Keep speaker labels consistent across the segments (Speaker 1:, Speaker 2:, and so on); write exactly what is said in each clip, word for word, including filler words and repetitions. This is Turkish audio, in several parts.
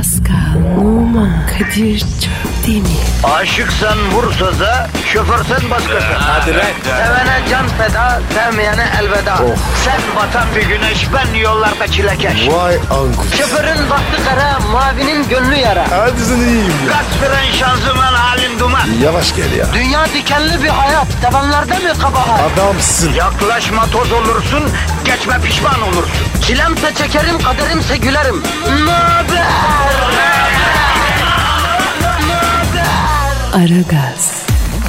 Speaker 1: Pascal, Oman, Kadir çok değil mi?
Speaker 2: Aşıksan vursa da, şoförsen başkasın.
Speaker 3: Hadi lan.
Speaker 2: Sevene can feda, sevmeyene elveda.
Speaker 3: Oh.
Speaker 2: Sen batan bir güneş, ben yollarda çilekeş.
Speaker 3: Vay anku.
Speaker 2: Şoförün baktı kara, mavinin gönlü yara.
Speaker 3: Hadi sen iyiyim ya.
Speaker 2: Kasperen şanzıman halin duman.
Speaker 3: Yavaş gel ya.
Speaker 2: Dünya dikenli bir hayat, sevenlerde mi kabahar?
Speaker 3: Adamsın.
Speaker 2: Yaklaşma toz olursun, geçme pişman olursun. Çilemse çekerim, kaderimse gülerim. Möber!
Speaker 1: Aragaz.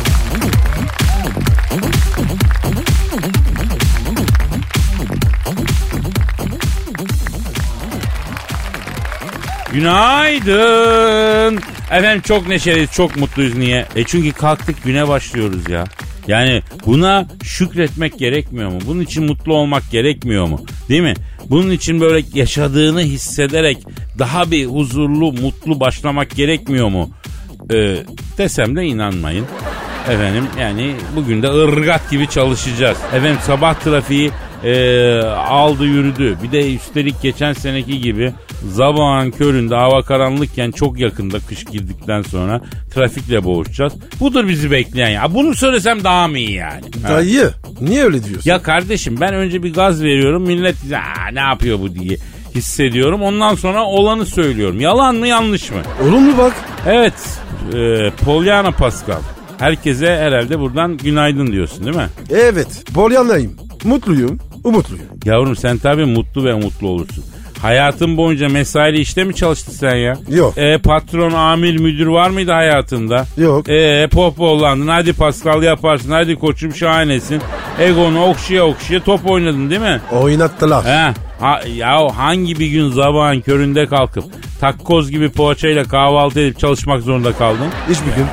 Speaker 4: Günaydın. Efendim çok neşeliyiz, çok mutluyuz. Niye? E çünkü kalktık, güne başlıyoruz ya. Yani buna şükretmek gerekmiyor mu? Bunun için mutlu olmak gerekmiyor mu? Değil mi? Bunun için böyle yaşadığını hissederek daha bir huzurlu, mutlu başlamak gerekmiyor mu? Ee, desem de inanmayın. Efendim yani bugün de ırgat gibi çalışacağız. Efendim sabah trafiği e, aldı yürüdü. Bir de üstelik geçen seneki gibi sabahın köründe hava karanlıkken çok yakında kış girdikten sonra trafikle boğuşacağız. Budur bizi bekleyen ya. Bunu söylesem daha mı iyi yani?
Speaker 3: Dayı niye öyle diyorsun?
Speaker 4: Ya kardeşim ben önce bir gaz veriyorum. Millet ne yapıyor bu diye hissediyorum. Ondan sonra olanı söylüyorum. Yalan mı yanlış mı?
Speaker 3: Olumlu bak.
Speaker 4: Evet. E, Pollyanna Pascal. Herkese herhalde buradan günaydın diyorsun değil mi?
Speaker 3: Evet. Polyanlayım. Mutluyum. Umutluyum.
Speaker 4: Yavrum sen tabii mutlu ve umutlu olursun. Hayatın boyunca mesaili işte mi çalıştın sen ya?
Speaker 3: Yok.
Speaker 4: E, patron, amir, müdür var mıydı hayatında?
Speaker 3: Yok.
Speaker 4: E, pohpohlandın. Hadi Pascal yaparsın. Hadi koçum şahanesin. Egonu okşaya okşaya top oynadın değil mi?
Speaker 3: Oynattılar.
Speaker 4: He. Ha, ya hangi bir gün sabahın köründe kalkıp takkoz gibi poğaçayla kahvaltı edip çalışmak zorunda kaldın?
Speaker 3: Hiçbir gün.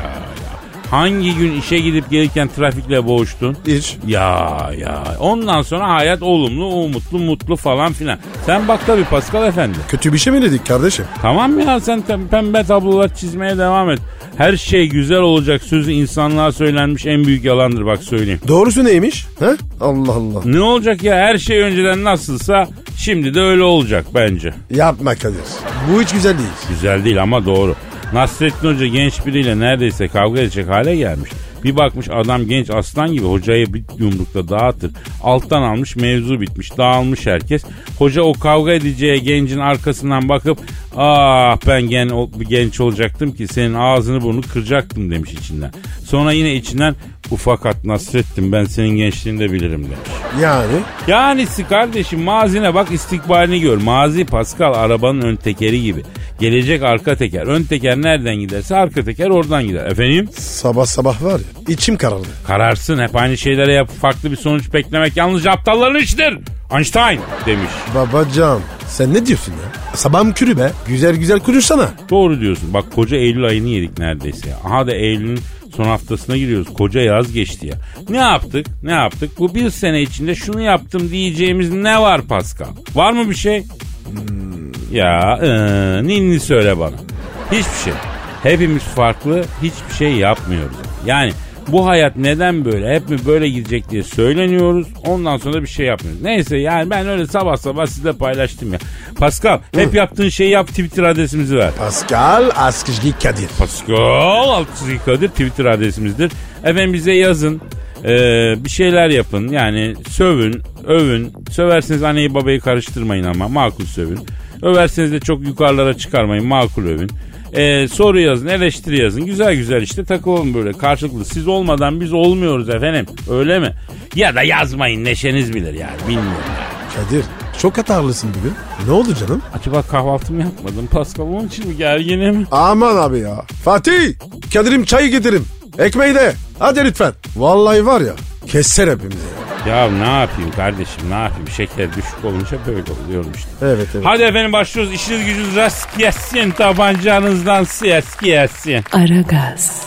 Speaker 4: Hangi gün işe gidip gelirken trafikle boğuştun?
Speaker 3: Hiç.
Speaker 4: Ya ya. Ondan sonra hayat olumlu, umutlu, mutlu falan filan. Sen bak tabii Pascal efendi.
Speaker 3: Kötü bir şey mi dedik kardeşim?
Speaker 4: Tamam ya sen pembe tablolar çizmeye devam et. Her şey güzel olacak sözü insanlığa söylenmiş en büyük yalandır bak söyleyeyim.
Speaker 3: Doğrusu neymiş? He? Allah Allah.
Speaker 4: Ne olacak ya, her şey önceden nasılsa şimdi de öyle olacak bence.
Speaker 3: Yapma Kadir. Bu hiç güzel değil.
Speaker 4: Güzel değil ama doğru. Nasrettin Hoca genç biriyle neredeyse kavga edecek hale gelmiş. Bir bakmış adam genç aslan gibi hocayı bir yumrukta dağıtır. Alttan almış, mevzu bitmiş, dağılmış herkes. Hoca o kavga edeceği gencin arkasından bakıp ah ben gen, genç olacaktım ki senin ağzını burnunu kıracaktım demiş içinden. Sonra yine içinden ufakat Nasrettin ben senin gençliğini de bilirim demiş.
Speaker 3: Yani?
Speaker 4: Yanisi kardeşim mazine bak istikbalini gör. Mazi Pascal arabanın ön tekeri gibi. Gelecek arka teker. Ön teker nereden giderse arka teker oradan gider. Efendim?
Speaker 3: Sabah sabah var ya içim karardı.
Speaker 4: Kararsın, hep aynı şeylere yapıp farklı bir sonuç beklemek yalnızca aptalların işidir. Einstein demiş.
Speaker 3: Babacan sen ne diyorsun ya? Sabahım kürü be. Güzel güzel konuşsana.
Speaker 4: Doğru diyorsun. Bak koca Eylül ayını yedik neredeyse. Aha da Eylül'ün son haftasına giriyoruz. Koca yaz geçti ya. Ne yaptık? Ne yaptık? Bu bir sene içinde şunu yaptım diyeceğimiz ne var Pascal? Var mı bir şey? Hmm. Ya ee, ninni söyle bana. Hiçbir şey. Hepimiz farklı, hiçbir şey yapmıyoruz. Yani bu hayat neden böyle? Hep mi böyle gidecek diye söyleniyoruz. Ondan sonra bir şey yapmıyoruz. Neyse yani ben öyle sabah sabah sizle paylaştım ya. Pascal hep yaptığın şeyi yap, Twitter adresimizi ver.
Speaker 3: Pascal Askışgi Kadir.
Speaker 4: Pascal Askışgi Kadir Twitter adresimizdir. Efendim bize yazın. Ee, bir şeyler yapın. Yani sövün, övün. Söverseniz anneyi babayı karıştırmayın ama makul sövün. Överseniz de çok yukarılara çıkarmayın, makul övün. Ee, soru yazın, eleştiri yazın. Güzel güzel işte takılalım böyle karşılıklı. Siz olmadan biz olmuyoruz efendim. Öyle mi? Ya da yazmayın, neşeniz bilir yani. Bilmiyorum yani.
Speaker 3: Kadir çok hatarlısın bugün. Ne oldu canım?
Speaker 4: Acaba kahvaltımı yapmadım Pascal, onun için mi gerginim?
Speaker 3: Aman abi ya. Fatih Kadir'im çayı getirim. Ekmeği de. Hadi lütfen. Vallahi var ya keser hepimizi ya.
Speaker 4: Ya ne yapayım kardeşim, ne yapayım? Şeker düşük olunca böyle oluyorum işte.
Speaker 3: Evet evet.
Speaker 4: Hadi efendim başlıyoruz. İşiniz gücünüz rast gelsin. Tabancanızdan ses gelsin.
Speaker 1: Aragaz.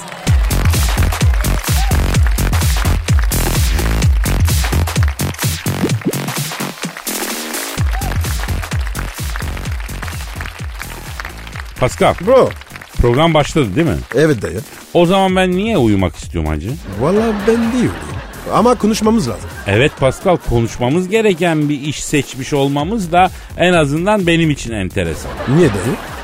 Speaker 4: Pascal.
Speaker 3: Bro.
Speaker 4: Program başladı değil mi?
Speaker 3: Evet dayı.
Speaker 4: O zaman ben niye uyumak istiyorum hacı?
Speaker 3: Vallahi ben değil. Ama konuşmamız lazım.
Speaker 4: Evet Pascal, konuşmamız gereken bir iş seçmiş olmamız da en azından benim için enteresan.
Speaker 3: Niye dayı?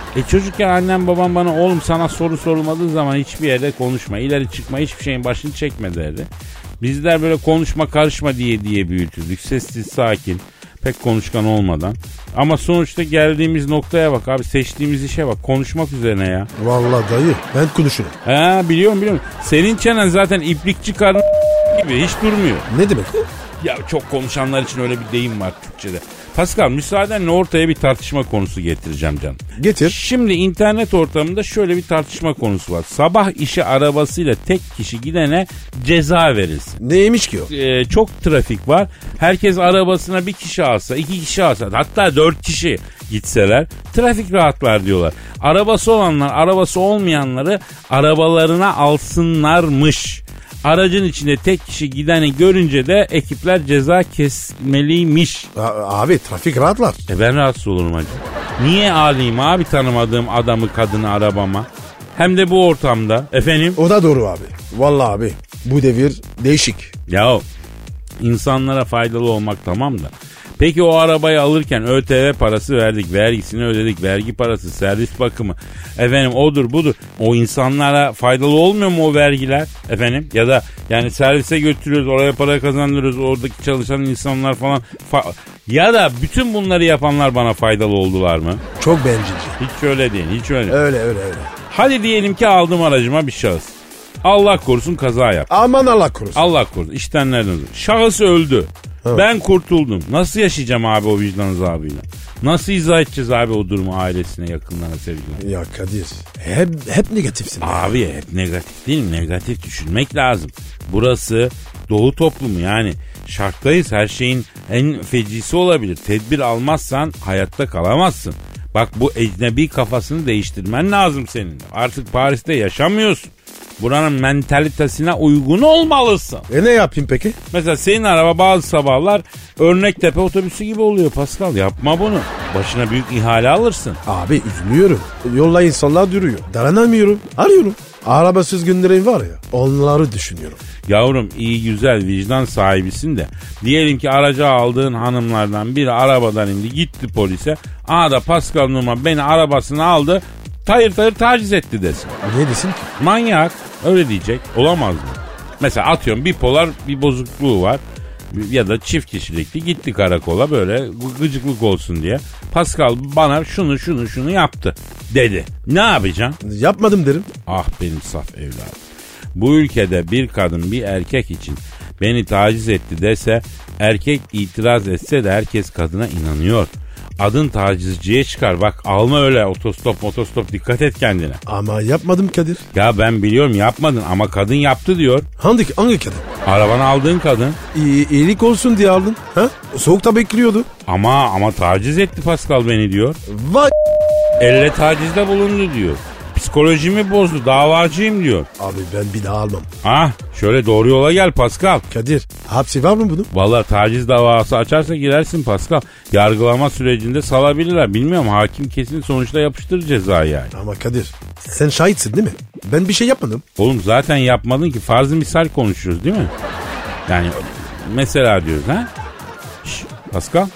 Speaker 4: E çocukken annem babam bana oğlum sana soru sorulmadığı zaman hiçbir yerde konuşma, ileri çıkma, hiçbir şeyin başını çekme derdi. Bizler böyle konuşma karışma diye diye büyütüldük. Sessiz sakin, pek konuşkan olmadan. Ama sonuçta geldiğimiz noktaya bak abi, seçtiğimiz işe bak, konuşmak üzerine ya.
Speaker 3: Vallahi dayı ben konuşurum.
Speaker 4: Ha biliyorum biliyorum. Senin çenen zaten iplikçi karın gibi hiç durmuyor.
Speaker 3: Ne demek?
Speaker 4: Ya çok konuşanlar için öyle bir deyim var Türkçe'de. Pascal müsaadenle ortaya bir tartışma konusu getireceğim canım.
Speaker 3: Getir.
Speaker 4: Şimdi internet ortamında şöyle bir tartışma konusu var. Sabah işe arabasıyla tek kişi gidene ceza verilsin.
Speaker 3: Neymiş ki o?
Speaker 4: Ee, çok trafik var. Herkes arabasına bir kişi alsa, iki kişi alsa, hatta dört kişi gitseler trafik rahatlar diyorlar. Arabası olanlar arabası olmayanları arabalarına alsınlarmış. Aracın içinde tek kişi gideni görünce de ekipler ceza kesmeliymiş.
Speaker 3: A- abi trafik rahatlar.
Speaker 4: E ben rahatsız olurum hacı. Niye alayım abi tanımadığım adamı kadını arabama? Hem de bu ortamda. Efendim?
Speaker 3: O da doğru abi. Vallahi abi bu devir değişik.
Speaker 4: Ya insanlara faydalı olmak tamam da. Peki o arabayı alırken ÖTV parası verdik, vergisini ödedik, vergi parası, servis bakımı, efendim odur budur. O insanlara faydalı olmuyor mu o vergiler efendim? Ya da yani servise götürüyoruz, oraya para kazandırıyoruz, oradaki çalışan insanlar falan. Fa- ya da bütün bunları yapanlar bana faydalı oldular mı?
Speaker 3: Çok bencilce.
Speaker 4: Hiç öyle değil, hiç öyle.
Speaker 3: Öyle öyle öyle.
Speaker 4: Hadi diyelim ki aldım aracıma bir şahıs. Allah korusun kaza yaptı.
Speaker 3: Aman Allah korusun.
Speaker 4: Allah korusun. İşten nereden oldu? Şahıs öldü. Evet. Ben kurtuldum. Nasıl yaşayacağım abi o vicdan azabıyla? Nasıl izah edeceğiz abi o durumu ailesine, yakınlarına, sevgiline?
Speaker 3: Ya Kadir hep, hep negatifsin.
Speaker 4: Abi ya. Hep negatif değil mi? Negatif düşünmek lazım. Burası doğu toplumu yani. Şarttayız, her şeyin en fecisi olabilir. Tedbir almazsan hayatta kalamazsın. Bak bu ecnebi kafasını değiştirmen lazım senin. Artık Paris'te yaşamıyorsun. Buranın mentalitesine uygun olmalısın.
Speaker 3: E ne yapayım peki?
Speaker 4: Mesela senin araba bazı sabahlar Örnektepe otobüsü gibi oluyor Pascal. Yapma bunu. Başına büyük ihale alırsın.
Speaker 3: Abi üzülüyorum. Yolla insanlar duruyor. Dayanamıyorum. Arıyorum. Arabasız günlerim var ya, onları düşünüyorum.
Speaker 4: Yavrum iyi güzel vicdan sahibisin de. Diyelim ki aracı aldığın hanımlardan biri arabadan indi, gitti polise. Aa da Pascal Numa beni arabasına aldı, tayır tayır taciz etti desin.
Speaker 3: Ne desin ki?
Speaker 4: Manyak. Öyle diyecek. Olamaz mı? Mesela atıyorum bipolar bir bozukluğu var. Ya da çift kişilikli, gitti karakola böyle gıcıklık olsun diye. Pascal bana şunu şunu şunu yaptı dedi. Ne yapacaksın?
Speaker 3: Yapmadım derim.
Speaker 4: Ah benim saf evladım. Bu ülkede bir kadın bir erkek için beni taciz etti dese, erkek itiraz etse de herkes kadına inanıyor. Adın tacizciye çıkar. Bak alma öyle otostop motostop, dikkat et kendine.
Speaker 3: Ama yapmadım Kadir.
Speaker 4: Ya ben biliyorum yapmadın ama kadın yaptı diyor.
Speaker 3: Hangi, hangi kadın?
Speaker 4: Arabanı aldığın kadın.
Speaker 3: İyi, iyilik olsun diye aldın. Ha? Soğukta bekliyordu.
Speaker 4: Ama ama taciz etti Pascal beni diyor.
Speaker 3: Vay.
Speaker 4: Elle tacizde bulundu diyor. Psikolojimi bozdu, davacıyım diyor.
Speaker 3: Abi ben bir daha almam.
Speaker 4: Ah şöyle doğru yola gel Pascal.
Speaker 3: Kadir hapsi var mı bunun?
Speaker 4: Vallahi taciz davası açarsa girersin Pascal. Yargılama sürecinde salabilirler. Bilmiyorum, hakim kesin sonuçta yapıştırır cezayı yani.
Speaker 3: Ama Kadir sen şahitsin değil mi? Ben bir şey yapmadım.
Speaker 4: Oğlum zaten yapmadın ki, farz-ı misal konuşuyoruz değil mi? Yani mesela diyoruz ha. Şş, Pascal.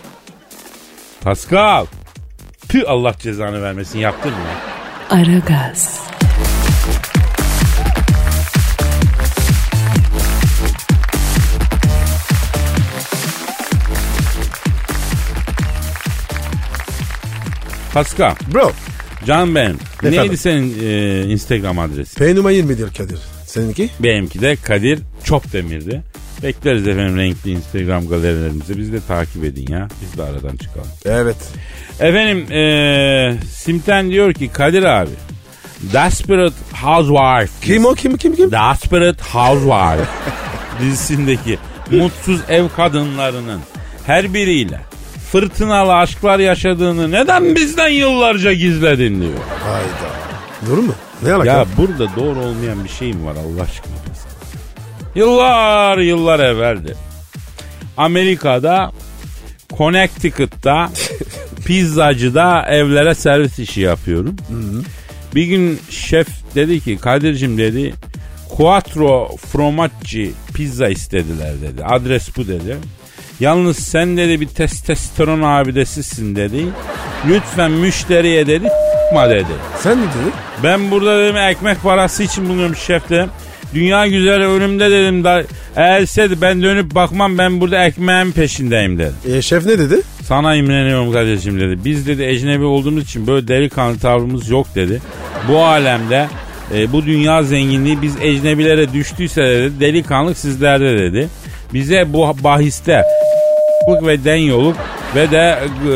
Speaker 4: Pascal. Tüh, Allah cezanı vermesin, yaptın mı?
Speaker 1: Aragaz.
Speaker 4: Pascal.
Speaker 3: Bro.
Speaker 4: Canım benim.
Speaker 3: Efendim?
Speaker 4: Neydi senin e, Instagram adresi?
Speaker 3: P-Numa yirmidir Kadir. Seninki?
Speaker 4: Benimki de Kadir Çopdemir'di. Bekleriz efendim renkli Instagram galerilerimizi. Bizi de takip edin ya. Biz de aradan çıkalım.
Speaker 3: Evet.
Speaker 4: Efendim ee, Simten diyor ki Kadir abi, Desperate Housewife.
Speaker 3: Kim o kim kim kim?
Speaker 4: Desperate Housewife dizisindeki mutsuz ev kadınlarının her biriyle fırtınalı aşklar yaşadığını neden bizden yıllarca gizledin diyor.
Speaker 3: Hayda. Doğru mu? Ne alaka?
Speaker 4: Ya burada doğru olmayan bir şey mi var Allah aşkına? Yıllar yıllar evveldi. Amerika'da Connecticut'ta pizzacıda evlere servis işi yapıyorum. Hı hı. Bir gün şef dedi ki Kadir'cim dedi, Quattro Formaggi pizza istediler dedi. Adres bu dedi. Yalnız sen dedi bir testosteron abidesisin dedi. Lütfen müşteriye dedi bakma dedi.
Speaker 3: Sen ne dedin?
Speaker 4: Ben burada dedim ekmek parası için bulunuyorum şef dedim. Dünya güzeli önümde dedim. Da, eğerse ben dönüp bakmam, ben burada ekmeğin peşindeyim dedi.
Speaker 3: E, şef ne dedi?
Speaker 4: Sana imreniyorum kardeşim dedi. Biz dedi ecnebi olduğumuz için böyle delikanlı tavrımız yok dedi. Bu alemde e, bu dünya zenginliği biz ecnebilere düştüyse dedi, delikanlık sizlerde dedi. Bize bu bahiste ve denyoluk ve de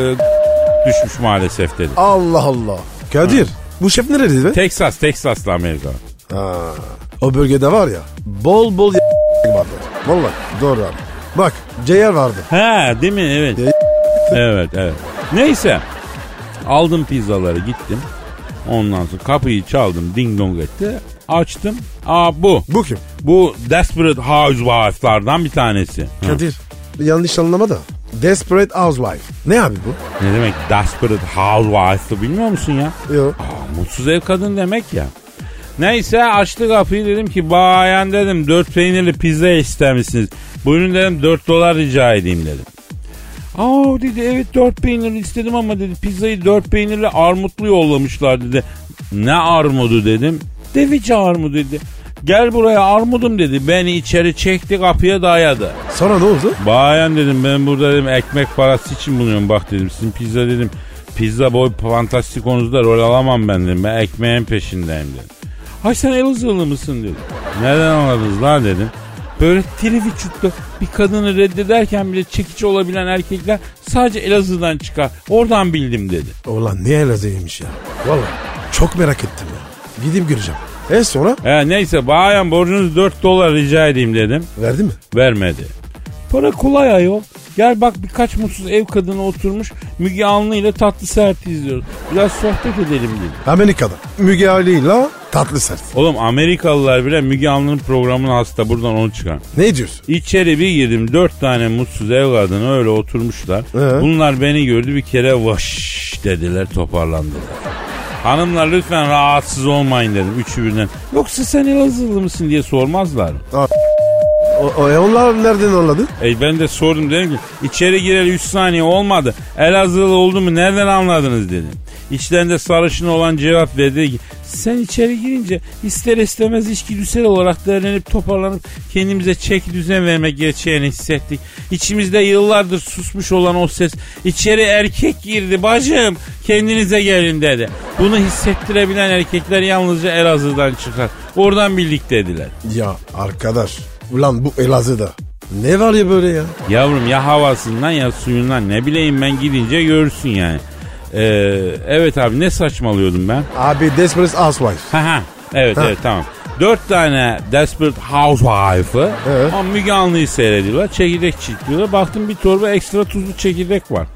Speaker 4: e, düşmüş maalesef dedi.
Speaker 3: Allah Allah. Kadir ha. Bu şef nerede be?
Speaker 4: Texas, Texas'la Amerika.
Speaker 3: Ha. O bölgede var ya bol bol vardı. Vallahi doğru abi. Bak ciğer vardı.
Speaker 4: Ha değil mi? Evet. Evet evet. Neyse. Aldım pizzaları gittim. Ondan sonra kapıyı çaldım. Ding dong etti. Açtım. Aa bu.
Speaker 3: Bu kim?
Speaker 4: Bu Desperate Housewife'lardan bir tanesi.
Speaker 3: Kadir ha. Yanlış anlama da. Desperate Housewife. Ne abi bu?
Speaker 4: Ne demek Desperate Housewife'ı bilmiyor musun ya?
Speaker 3: Yok.
Speaker 4: Aa, mutsuz ev kadın demek ya. Neyse açtı kapıyı, dedim ki bayan dedim dört peynirli pizza ister misiniz? Buyurun dedim, dört dolar rica edeyim dedim. Aa dedi, evet dört peynirli istedim ama dedi pizzayı dört peynirli armutlu yollamışlar dedi. Ne armudu dedim. Device armudu dedi. Gel buraya armudum dedi. Beni içeri çekti, kapıya dayadı.
Speaker 3: Sonra ne oldu?
Speaker 4: Bayan dedim, ben burada dedim ekmek parası için bulunuyorum. Bak dedim, sizin pizza dedim. Pizza boy fantastik konusunda rol alamam ben dedim. Ben ekmeğin peşindeyim dedim. Hay sen Elazığlı mısın dedi. Neden anladınız lan dedim. Böyle trivicutlu bir kadını reddederken bile çekici olabilen erkekler sadece Elazığ'dan çıkar. Oradan bildim dedi.
Speaker 3: Ulan ne Elazığ'ymış ya. Vallahi çok merak ettim ya. Gideyim göreceğim. E sonra?
Speaker 4: He, neyse bayan borcunuz dört dolar rica edeyim dedim.
Speaker 3: Verdi mi?
Speaker 4: Vermedi. Para kolay ayol. Gel bak, birkaç mutsuz ev kadını oturmuş Müge Anlı ile Tatlı Sert'i izliyoruz. Biraz sohbet edelim dedi.
Speaker 3: Amerika'da Müge Anlı ile Tatlı Sert.
Speaker 4: Oğlum Amerikalılar bile Müge Anlı'nın programını hasta, buradan onu çıkar.
Speaker 3: Ne diyorsun?
Speaker 4: İçeri bir girdim, dört tane mutsuz ev kadını öyle oturmuşlar. Ee? Bunlar beni gördü, bir kere vaş dediler, toparlandılar. Hanımlar lütfen rahatsız olmayın dedim üçü birden. Yoksa sen Elazığlı mısın diye sormazlar.
Speaker 3: Aa. O, o, e onlar nereden anladı?
Speaker 4: E ben de sordum, dedim ki içeri gireli üç saniye olmadı. Elazığlı olduğumu nereden anladınız dedim. İçlerinde sarışın olan cevap verdi ki sen içeri girince ister istemez içgüdüsel olarak derlenip toparlanıp kendimize çeki düzen vermek gerçeğini hissettik. İçimizde yıllardır susmuş olan o ses içeri erkek girdi bacım kendinize gelin dedi. Bunu hissettirebilen erkekler yalnızca Elazığ'dan çıkar. Oradan bildik dediler.
Speaker 3: Ya arkadaş, ulan bu Elazığ'da ne var ya böyle ya?
Speaker 4: Yavrum ya havasından ya suyundan, ne bileyim ben, gidince görürsün yani. Ee, evet abi, ne saçmalıyordum ben?
Speaker 3: Abi Desperate Housewife.
Speaker 4: Ha ha. Evet ha. evet tamam. Dört tane Desperate Housewife'ı evet. Ama Müge Anlı'yı seyrediyorlar. Çekirdek çitliyorlar. Baktım bir torba ekstra tuzlu çekirdek var.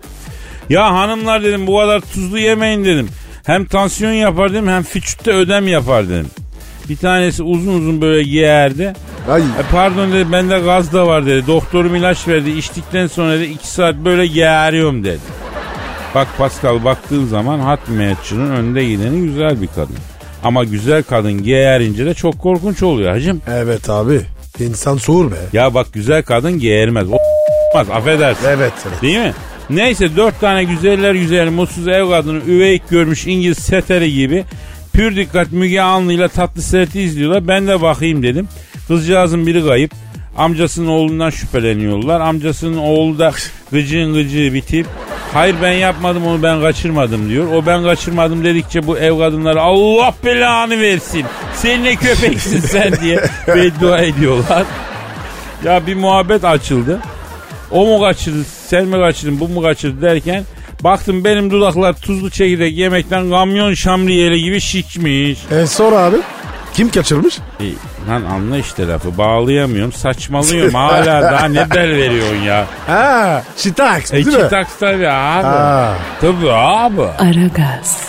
Speaker 4: Ya hanımlar dedim, bu kadar tuzlu yemeyin dedim. Hem tansiyon yapar dedim, hem füçütte ödem yapar dedim. Bir tanesi uzun uzun böyle giyerdi.
Speaker 3: Ay.
Speaker 4: E pardon dedi, bende gaz da var dedi. Doktorum ilaç verdi. İçtikten sonra dedi iki saat böyle geğeriyorum dedi. Bak Pascal, baktığın zaman hot match'ının önünde gideni güzel bir kadın. Ama güzel kadın geğerince de çok korkunç oluyor hacım.
Speaker 3: Evet abi. İnsan soğur be.
Speaker 4: Ya bak, güzel kadın geğermez. O olmaz, affedersin.
Speaker 3: Evet, evet.
Speaker 4: Değil mi? Neyse, dört tane güzeller güzel mutsuz ev kadını üveyik görmüş İngiliz seteri gibi pür dikkat Müge Anlı ile Tatlı Sert'i izliyorlar. Ben de bakayım dedim. Kızcağızın biri kayıp. Amcasının oğlundan şüpheleniyorlar. Amcasının oğlu da gıcığın gıcığı bir tip. Hayır ben yapmadım, onu ben kaçırmadım diyor. O ben kaçırmadım dedikçe bu ev kadınları Allah belanı versin, sen ne köpeksin sen diye beddua ediyorlar. Ya bir muhabbet açıldı. O mu kaçırdı, sen mi kaçırdın, bu mu kaçırdı derken baktım benim dudaklar tuzlu çekirdek yemekten kamyon şamriyeli gibi şişmiş.
Speaker 3: E sonra abi? Kim kaçırmış?
Speaker 4: E, lan anla işte lafı, bağlayamıyorum, saçmalıyorum hala, daha ne bel veriyorsun ya.
Speaker 3: Ha, Çitaks
Speaker 4: e,
Speaker 3: değil mi?
Speaker 4: Çitaks tabii abi.
Speaker 3: Ha.
Speaker 4: Tabii abi.
Speaker 1: Aragaz.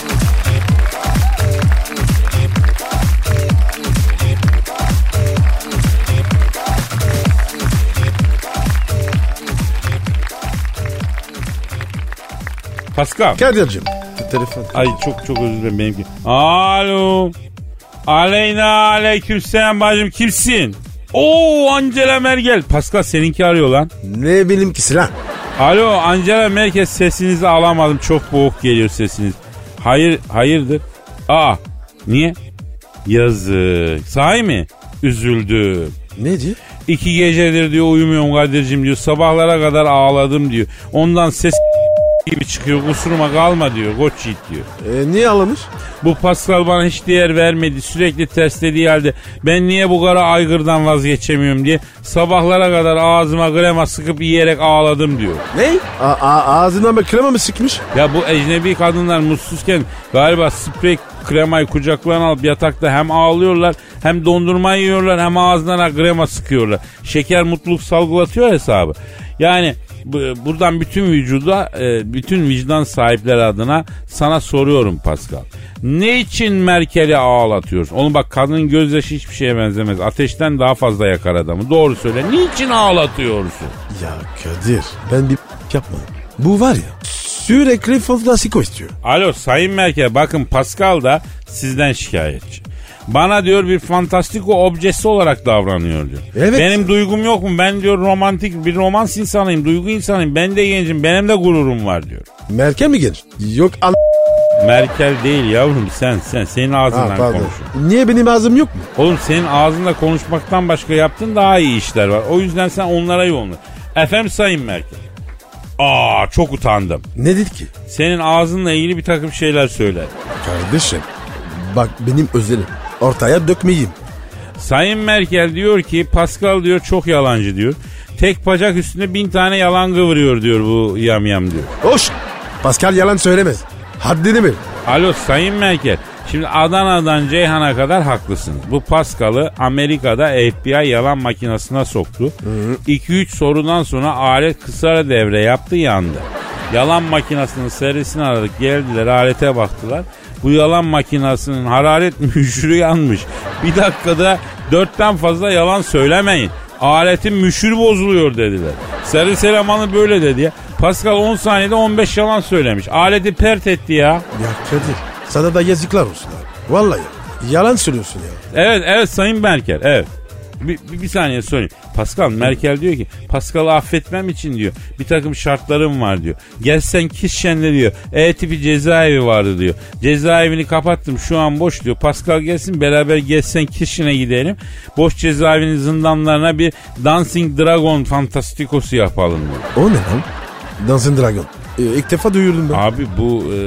Speaker 4: Pascal.
Speaker 3: Kadir'cim. Telefon.
Speaker 4: Ay çok çok özür dilerim benimki. Alo. Aleyna aleykümselam bacım, kimsin? Oo Angela Merkel. Pascal seninki arıyor lan.
Speaker 3: Ne benimkisi lan?
Speaker 4: Alo Angela Merkel, sesinizi alamadım, çok boğuk geliyor sesiniz. Hayır, hayırdır? Aa, niye? Yazık. Sahi mi? Üzüldüm.
Speaker 3: Ne diyor?
Speaker 4: İki gecedir diyor uyumuyorum Kadir'cim diyor. Sabahlara kadar ağladım diyor. Ondan ses gibi çıkıyor. Kusuruma kalma diyor. Koç yiğit diyor.
Speaker 3: E, niye ağlamış?
Speaker 4: Bu Pascal bana hiç değer vermedi. Sürekli terslediği halde ben niye bu kara aygırdan vazgeçemiyorum diye sabahlara kadar ağzıma krema sıkıp yiyerek ağladım diyor.
Speaker 3: Ne? A- a- ağzından bir krema mı sıkmış?
Speaker 4: Ya bu ecnebi kadınlar mutsuzken galiba sprey kremayı kucaklarına alıp yatakta hem ağlıyorlar hem dondurma yiyorlar hem ağzına krema sıkıyorlar. Şeker mutluluk salgılatıyor hesabı. Yani buradan bütün vücuda, bütün vicdan sahipleri adına sana soruyorum Pascal. Ne için Merkel'i ağlatıyorsun? Oğlum bak, kadının gözyaşı hiçbir şeye benzemez. Ateşten daha fazla yakar adamı. Doğru söyle. Niçin ağlatıyorsun?
Speaker 3: Ya Kadir, ben bir yapmadım. Bu var ya, sürekli fantastik istiyor.
Speaker 4: Alo Sayın Merkel, bakın Pascal da sizden şikayetçi. Bana diyor bir fantastiko objesi olarak davranıyor diyor.
Speaker 3: Evet.
Speaker 4: Benim duygum yok mu? Ben diyor romantik bir romans insanıyım, duygu insanıyım. Ben de gencim, benim de gururum var diyor.
Speaker 3: Merkel mi genç? Yok an...
Speaker 4: Merkel değil yavrum, sen sen senin ağzından konuşuyor.
Speaker 3: Niye benim ağzım yok mu?
Speaker 4: Oğlum senin ağzında konuşmaktan başka yaptığın daha iyi işler var. O yüzden sen onlara yoğunla. Efendim Sayın Merkel. Aa, çok utandım.
Speaker 3: Ne dedi ki?
Speaker 4: Senin ağzınla ilgili bir takım şeyler söyler.
Speaker 3: Kardeşim, bak benim özelim. Ortaya dökmeyeyim.
Speaker 4: Sayın Merkel diyor ki Pascal diyor çok yalancı diyor. Tek bacak üstünde bin tane yalan kıvırıyor diyor bu yam yam diyor.
Speaker 3: Hoş. Pascal yalan söylemez. Haddini bil.
Speaker 4: Alo Sayın Merkel. Şimdi Adana'dan Ceyhan'a kadar haklısınız. Bu Pascal'ı Amerika'da F B I yalan makinesine soktu. iki üç sorudan sonra alet kısa devre yaptı, yandı. Yalan makinesinin serisini aradık, geldiler alete baktılar. Bu yalan makinesinin hararet müşürü yanmış. Bir dakikada dörtten fazla yalan söylemeyin. Aletin müşürü bozuluyor dediler. Servis elemanı böyle dedi ya. Pascal on saniyede on beş yalan söylemiş. Aleti pert etti ya.
Speaker 3: Ya Kadir, sana da yazıklar olsun abi. Vallahi ya. Yalan söylüyorsun ya.
Speaker 4: Evet evet Sayın Merkel, evet. Bir, bir, bir saniye sorayım. Pascal, Merkel diyor ki Pascal'ı affetmem için diyor bir takım şartlarım var diyor. Gelsen Kirşen'de diyor E tipi cezaevi vardı diyor. Cezaevini kapattım, şu an boş diyor. Pascal gelsin, beraber Gelsen Kirşen'e gidelim. Boş cezaevinin zindanlarına bir Dancing Dragon fantastikosu yapalım diyor.
Speaker 3: O ne lan? Dancing Dragon. Ee, ilk defa duyurdum ben.
Speaker 4: Abi bu e,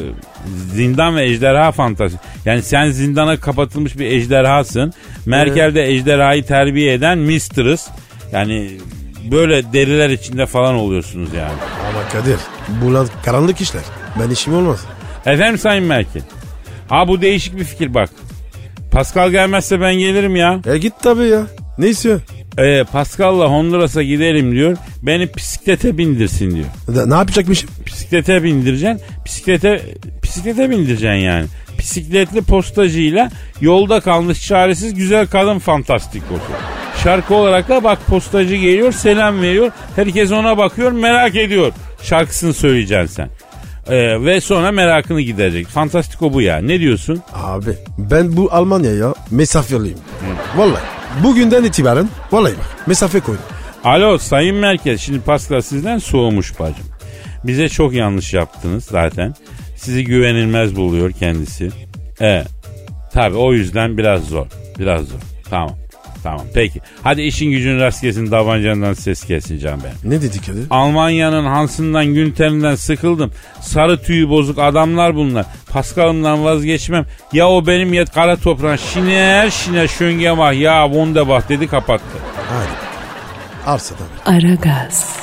Speaker 4: zindan ve ejderha fantezi. Yani sen zindana kapatılmış bir ejderhasın. Merkel de ejderhayı terbiye eden mistress. Yani böyle deriler içinde falan oluyorsunuz yani.
Speaker 3: Ama Kadir, bu lan karanlık işler. Ben işim olmaz.
Speaker 4: Efendim Sayın Merkel. Ha bu değişik bir fikir bak. Pascal gelmezse ben gelirim ya.
Speaker 3: E git tabii ya. Ne istiyor?
Speaker 4: Ee, Pascal'la Honduras'a gidelim diyor. Beni bisiklete bindirsin diyor.
Speaker 3: Da, ne yapacakmışım?
Speaker 4: Bisiklete bindireceksin. Bisiklete bisiklete bindireceksin yani. Bisikletli postacıyla yolda kalmış çaresiz güzel kadın fantastikosu. Şarkı olarak da bak postacı geliyor, selam veriyor. Herkes ona bakıyor, merak ediyor. Şarkısını söyleyeceksin sen. Ee, ve sonra merakını giderecek. Fantastiko bu ya. Ne diyorsun?
Speaker 3: Abi ben bu Almanya'ya mesafeliyim. Hı. Vallahi. Bugünden itibaren vallahi bak mesafe koydum.
Speaker 4: Alo Sayın Merkel, şimdi Pascal sizden soğumuş bacım. Bize çok yanlış yaptınız zaten. Sizi güvenilmez buluyor kendisi. Evet. Tabii o yüzden biraz zor. Biraz zor. Tamam. Tamam peki. Hadi işin gücün rast gelsin, tabancandan ses gelsin can ben.
Speaker 3: Ne dedik hadi?
Speaker 4: Almanya'nın Hans'ından Günter'inden sıkıldım. Sarı tüyü bozuk adamlar bunlar. Pascal'ımdan vazgeçmem. Ya o benim ya kara toprağın şiner şiner şönge bak ya wunderbar dedi, kapattı.
Speaker 3: Hadi. Arsa tabii.
Speaker 1: Aragaz.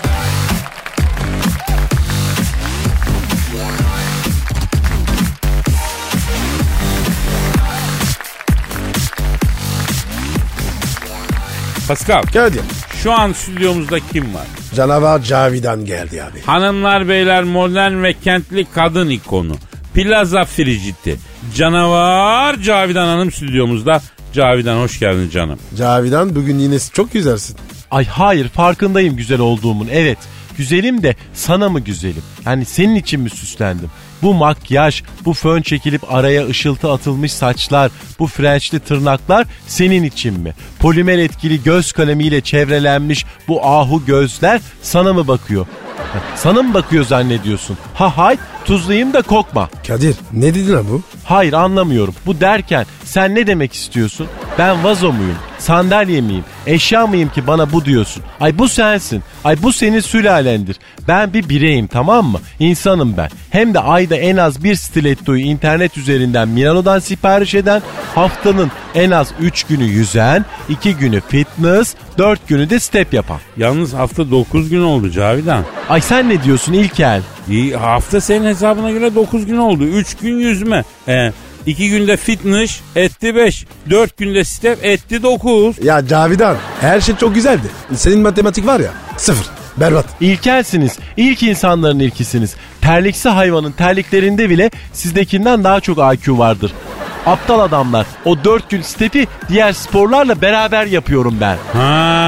Speaker 4: Pascal,
Speaker 3: Geldi.
Speaker 4: şu an stüdyomuzda kim var?
Speaker 3: Canavar Cavidan geldi abi.
Speaker 4: Hanımlar beyler, modern ve kentli kadın ikonu. Plaza Frigid'i. Canavar Cavidan Hanım stüdyomuzda. Cavidan hoş geldin canım.
Speaker 3: Cavidan bugün yine çok güzelsin.
Speaker 5: Ay hayır, farkındayım güzel olduğumun, evet. Güzelim de sana mı güzelim? Yani senin için mi süslendim? Bu makyaj, bu fön çekilip araya ışıltı atılmış saçlar, bu frençli tırnaklar senin için mi? Polimer etkili göz kalemiyle çevrelenmiş bu ahu gözler sana mı bakıyor? Sana mı bakıyor zannediyorsun? Ha hay, Tuzluyum da kokma.
Speaker 3: Kadir ne dedin lan bu?
Speaker 5: Hayır anlamıyorum. Bu derken sen ne demek istiyorsun? Ben vazo muyum? Sandalye miyim? Eşya mıyım ki bana bu diyorsun? Ay bu sensin. Ay bu senin sülalendir. Ben bir bireyim, tamam mı? İnsanım ben. Hem de ayda en az bir stilettoyu internet üzerinden Milano'dan sipariş eden, haftanın en az üç günü yüzen, iki günü fitness, dört günü de step yapan.
Speaker 4: Yalnız hafta dokuz gün oldu Cavidan.
Speaker 5: Ay sen ne diyorsun İlkel?
Speaker 4: İyi, hafta senin hesabına göre dokuz gün oldu. üç gün yüzme. Ee, iki günde fitness etti beş. dört günde step etti dokuz.
Speaker 3: Ya Cavidan her şey çok güzeldi. Senin matematik var ya sıfır. Berbat.
Speaker 5: İlkelsiniz. İlk insanların ilkisiniz. Terliksi hayvanın terliklerinde bile sizdekinden daha çok I Q vardır. Aptal adamlar. O dört gün stepi diğer sporlarla beraber yapıyorum ben.
Speaker 4: Ha,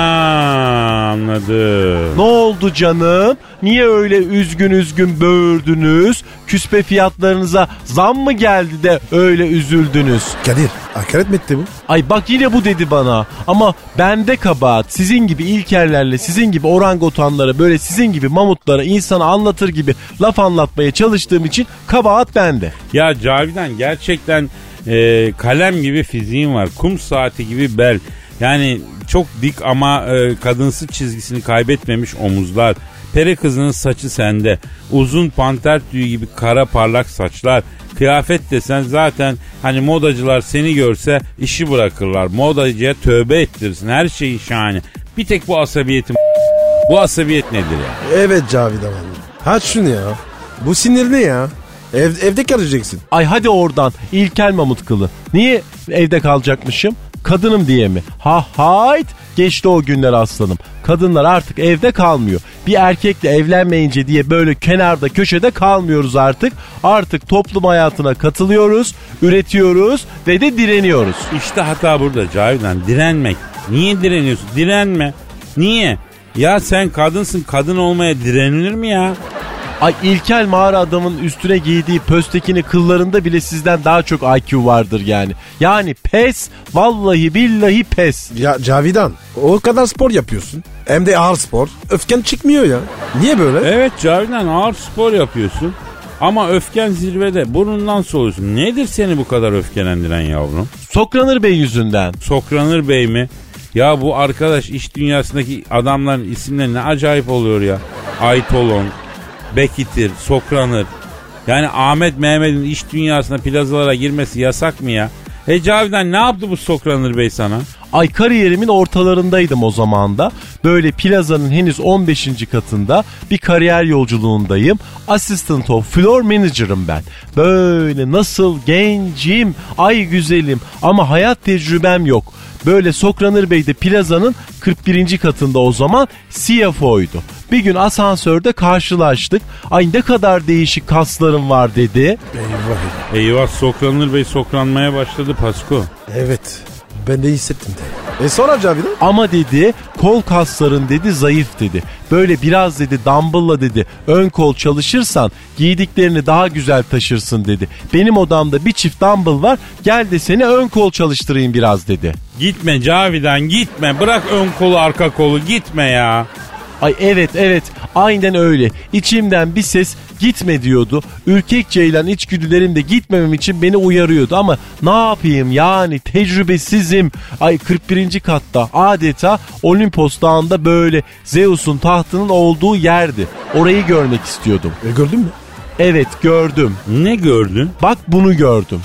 Speaker 4: anladım.
Speaker 5: Ne oldu canım? Niye öyle üzgün üzgün böğürdünüz? Küspe fiyatlarınıza zam mı geldi de öyle üzüldünüz?
Speaker 3: Kadir hakaret mi etti bu?
Speaker 5: Ay bak yine bu dedi bana. Ama bende kabahat. Sizin gibi ilkellerle, sizin gibi orangutanlara, böyle sizin gibi mamutlara insana anlatır gibi laf anlatmaya çalıştığım için kabahat bende.
Speaker 4: Ya Cavidan gerçekten e, kalem gibi fiziğin var. Kum saati gibi bel. Yani çok dik ama e, kadınsı çizgisini kaybetmemiş omuzlar. Peri kızının saçı sende. Uzun panter tüyü gibi kara parlak saçlar. Kıyafet desen zaten hani modacılar seni görse işi bırakırlar. Modacıya tövbe ettirsin. Her şeyin şahane. Bir tek bu asabiyetim. Bu asabiyet nedir ya?
Speaker 3: Evet Cavidan abi. Aç şunu ya. Bu sinir ne ya? Ev, evde kalacaksın.
Speaker 5: Ay hadi oradan İlkel mamut kılı. Niye evde kalacakmışım? Kadınım diye mi? Ha hayt. Geçti o günler aslanım. Kadınlar artık evde kalmıyor. Bir erkekle evlenmeyince diye böyle kenarda köşede kalmıyoruz artık. Artık toplum hayatına katılıyoruz, üretiyoruz ve de direniyoruz.
Speaker 4: İşte hata burada Cavidan. Direnmek. Niye direniyorsun? Direnme. Niye? Ya sen kadınsın. Kadın olmaya direnilir mi ya?
Speaker 5: Ay İlkel mağara adamın üstüne giydiği pöstekini kıllarında bile sizden daha çok I Q vardır yani. Yani pes, vallahi billahi pes.
Speaker 3: Ya Cavidan o kadar spor yapıyorsun. Hem de ağır spor. Öfken çıkmıyor ya. Niye böyle?
Speaker 4: Evet Cavidan, ağır spor yapıyorsun. Ama öfken zirvede, burnundan soluyorsun. Nedir seni bu kadar öfkelendiren yavrum?
Speaker 5: Sokranır Bey yüzünden.
Speaker 4: Sokranır Bey mi? Ya bu arkadaş iş dünyasındaki adamların isimleri ne acayip oluyor ya. Aytolon, Bekitir, Sokranır. Yani Ahmet Mehmet'in iş dünyasına plazalara girmesi yasak mı ya? E Cavidan ne yaptı bu Sokranır Bey sana?
Speaker 5: Ay kariyerimin ortalarındaydım o zaman da. Böyle plazanın henüz on beşinci katında bir kariyer yolculuğundayım. Assistant of Floor Manager'ım ben. Böyle nasıl gencim, ay güzelim ama hayat tecrübem yok. Böyle Sokranır Bey de plazanın kırk birinci katında o zaman C F O'ydu. Bir gün asansörde karşılaştık. Ay ne kadar değişik kaslarım var dedi.
Speaker 3: Eyvah.
Speaker 4: Eyvah, Sokranır Bey sokranmaya başladı Pasko.
Speaker 3: Evet. Ben de hissettim de. E sonra Cavidan?
Speaker 5: Ama dedi kol kasların dedi zayıf dedi. Böyle biraz dedi dumbbell'la dedi ön kol çalışırsan giydiklerini daha güzel taşırsın dedi. Benim odamda bir çift dumbbell var, gel de seni ön kol çalıştırayım biraz dedi.
Speaker 4: Gitme Cavidan, gitme, bırak ön kolu arka kolu, gitme ya.
Speaker 5: Ay evet evet aynen öyle. İçimden bir ses gitme diyordu. Ürkek ceylan içgüdülerim de gitmemem için beni uyarıyordu. Ama ne yapayım yani, tecrübesizim. Ay kırk birinci katta adeta Olimpos Dağı'nda böyle Zeus'un tahtının olduğu yerdi. Orayı görmek istiyordum.
Speaker 3: E gördün mü?
Speaker 5: Evet gördüm.
Speaker 4: Ne gördün?
Speaker 5: Bak bunu gördüm.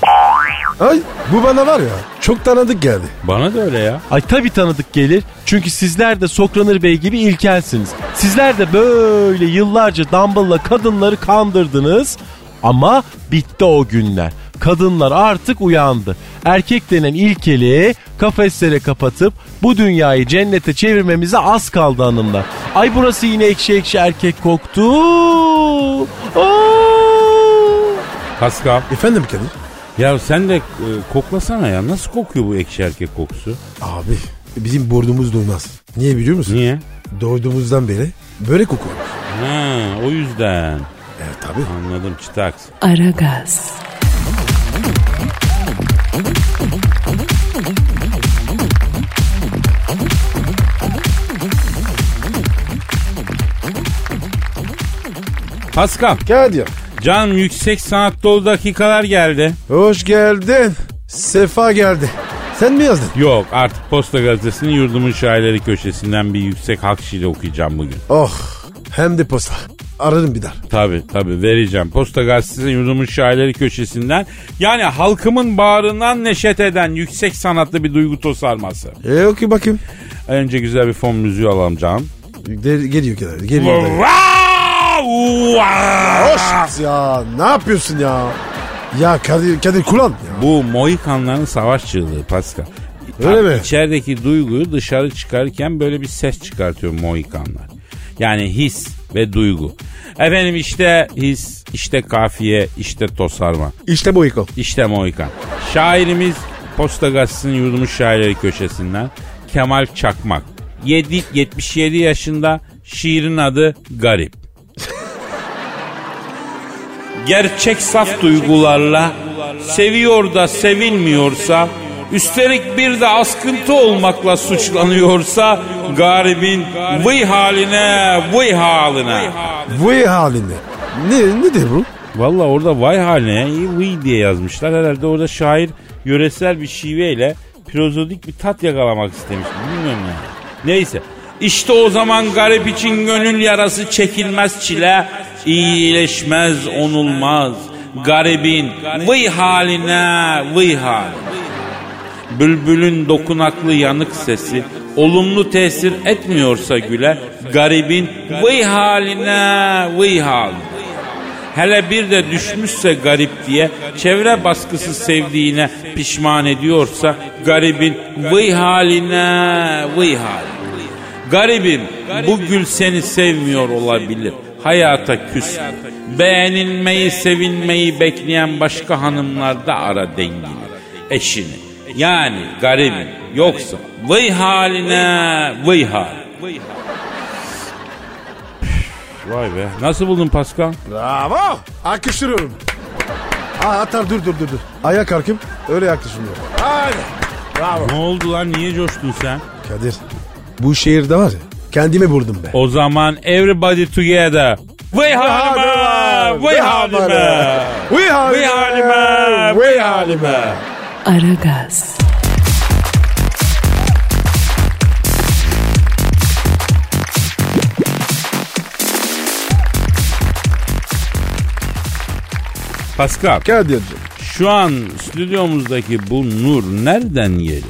Speaker 3: Ay bu bana var ya çok tanıdık geldi.
Speaker 4: Bana da öyle ya.
Speaker 5: Ay tabii tanıdık gelir. Çünkü sizler de Sokranır Bey gibi ilkelsiniz. Sizler de böyle yıllarca dumbbell'la kadınları kandırdınız. Ama bitti o günler. Kadınlar artık uyandı. Erkek denen ilkeli kafeslere kapatıp bu dünyayı cennete çevirmemize az kaldı hanımlar. Ay burası yine ekşi ekşi erkek koktu. Aa!
Speaker 4: Pascal.
Speaker 3: Efendim Kadir?
Speaker 4: Ya sen de e, koklasana ya. Nasıl kokuyor bu ekşi erkek kokusu?
Speaker 3: Abi bizim burnumuz duymaz. Niye biliyor musun?
Speaker 4: Niye?
Speaker 3: Doğduğumuzdan beri böyle kokuyor.
Speaker 4: Ha, o yüzden.
Speaker 3: Evet tabii.
Speaker 4: Anladım, çıtaks.
Speaker 1: Aragaz.
Speaker 4: Pascal.
Speaker 3: Kadir.
Speaker 4: Canım yüksek sanat dolu dakikalar geldi.
Speaker 3: Hoş geldin. Sefa geldi. Sen mi yazdın?
Speaker 4: Yok, artık Posta Gazetesi'nin Yurdumun Şairleri köşesinden bir yüksek hak şiiri okuyacağım bugün.
Speaker 3: Oh, hem de posta. Ararım bir daha.
Speaker 4: Tabii tabii vereceğim. Posta Gazetesi'nin Yurdumun Şairleri köşesinden, yani halkımın bağrından neşet eden yüksek sanatlı bir duygu tosarması.
Speaker 3: E okey bakayım.
Speaker 4: Önce güzel bir fon müziği alalım canım.
Speaker 3: De, geliyor geliyor. Geliyor. Hoş ya, ne yapıyorsun ya? Ya Kadir, Kadir kullan. Ya.
Speaker 4: Bu Mohikanların savaş çığlığı Pascal.
Speaker 3: Öyle mi?
Speaker 4: İçerideki duyguyu dışarı çıkarırken böyle bir ses çıkartıyor Mohikanlar. Yani his ve duygu. Efendim işte his, işte kafiye, işte tosarma.
Speaker 3: İşte bu iko.
Speaker 4: İşte Mohikan. Şairimiz Posta Gazetesi'nin Yurdumuş Şairleri köşesinden Kemal Çakmak. yetmiş yedi yaşında, şiirin adı Garip. Gerçek saf duygularla seviyor da sevilmiyorsa, üstelik bir de askıntı olmakla suçlanıyorsa, garibin vıy haline, vıy haline.
Speaker 3: Vay haline. Ne, nedir bu?
Speaker 4: Valla orada vay haline vıy diye yazmışlar. Herhalde orada şair yöresel bir şiveyle prozodik bir tat yakalamak istemiş. Bilmiyorum yani. Neyse. İşte o zaman garip için gönül yarası çekilmez çile, iyileşmez onulmaz. Garibin vıy haline, vıy haline. Bülbülün dokunaklı yanık sesi olumlu tesir etmiyorsa güle, garibin vıy haline, vıy haline. Hele bir de düşmüşse garip diye çevre baskısı sevdiğine pişman ediyorsa, garibin vıy haline, vıy haline. Garibim, bu gül seni sevmiyor olabilir. Hayata küs. Beğenilmeyi, sevilmeyi bekleyen başka hanımlarda ara dengini, eşini. Yani garibim, yoksa vıy haline, vıy haline. Vay be. Nasıl buldun Pascal?
Speaker 3: Bravo. Akıştırıyorum. Aa, atar dur dur dur. dur. Ayağa kalkayım. Öyle yaklaşmıyor. Haydi. Bravo.
Speaker 4: Ne oldu lan? Niye coştun sen?
Speaker 3: Kadir, bu şehirde var ya, kendimi buldum be.
Speaker 4: O zaman everybody together. Vay halime, vay halime,
Speaker 3: vay halime,
Speaker 4: vay halime, vay halime.
Speaker 1: Aragaz.
Speaker 4: Pascal,
Speaker 3: Kadir'cim.
Speaker 4: şu an stüdyomuzdaki bu nur nereden geliyor?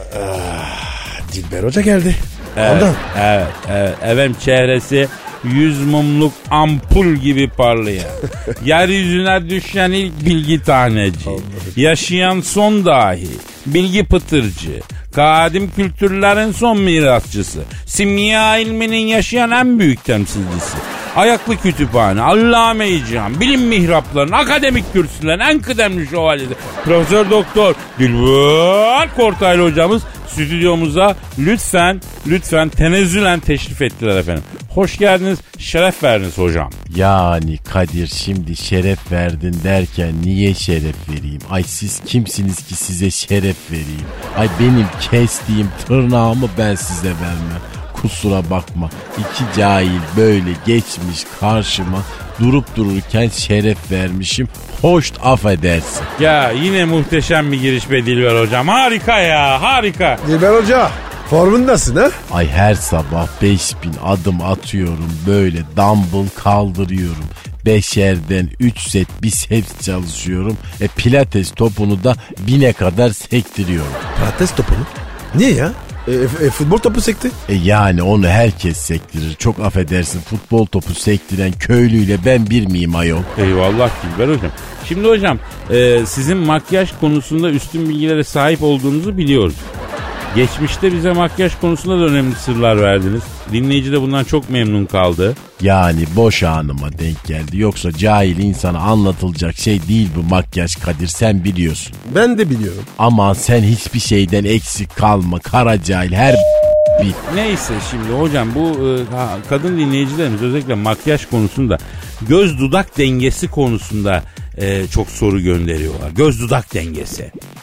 Speaker 3: Dilber Hoca geldi.
Speaker 4: Evet,
Speaker 3: Ondan.
Speaker 4: evet, evet. Efendim çehresi yüz mumluk ampul gibi parlayan. Yeryüzüne düşen ilk bilgi taneci. Yaşayan son dahi. Bilgi pıtırcı. Kadim kültürlerin son mirasçısı. Simya ilminin yaşayan en büyük temsilcisi. Ayaklı kütüphane, allame-i cihan, bilim mihraplarının, akademik kürsülerin en kıdemli şövalyesi Profesör Doktor Dilber Kortaylı hocamız stüdyomuza lütfen, lütfen tenezzülen teşrif ettiler efendim. Hoş geldiniz, şeref verdiniz hocam.
Speaker 5: Yani Kadir, şimdi şeref verdin derken niye şeref vereyim? Ay siz kimsiniz ki size şeref vereyim? Ay benim kestiğim tırnağımı ben size vermem. Kusura bakma, iki cahil böyle geçmiş karşıma, durup dururken şeref vermişim. Hoş affedersin.
Speaker 4: Ya yine muhteşem bir giriş be Dilber hocam. Harika ya, harika.
Speaker 3: Dilber Hoca, formundasın ha?
Speaker 5: Ay her sabah beş bin adım atıyorum, böyle dumbbell kaldırıyorum. Beşerden üç set biceps çalışıyorum. E pilates topunu da bine kadar sektiriyorum.
Speaker 3: Pilates topu mu? Niye ya? E, e, futbol topu sekti.
Speaker 5: E yani onu herkes sektirir. Çok affedersin, futbol topu sektiren köylüyle ben bir miyim ayol?
Speaker 4: Eyvallah Dilber hocam. Şimdi hocam e, sizin makyaj konusunda üstün bilgilere sahip olduğunuzu biliyoruz. Geçmişte bize makyaj konusunda da önemli sırlar verdiniz. Dinleyici de bundan çok memnun kaldı.
Speaker 5: Yani boş anıma denk geldi. Yoksa cahil insana anlatılacak şey değil bu makyaj Kadir, sen biliyorsun.
Speaker 3: Ben de biliyorum.
Speaker 5: Aman sen hiçbir şeyden eksik kalma kara cahil, her bil.
Speaker 4: Neyse şimdi hocam bu e, ha, kadın dinleyicilerimiz özellikle makyaj konusunda, göz dudak dengesi konusunda e, çok soru gönderiyorlar. Göz dudak dengesi.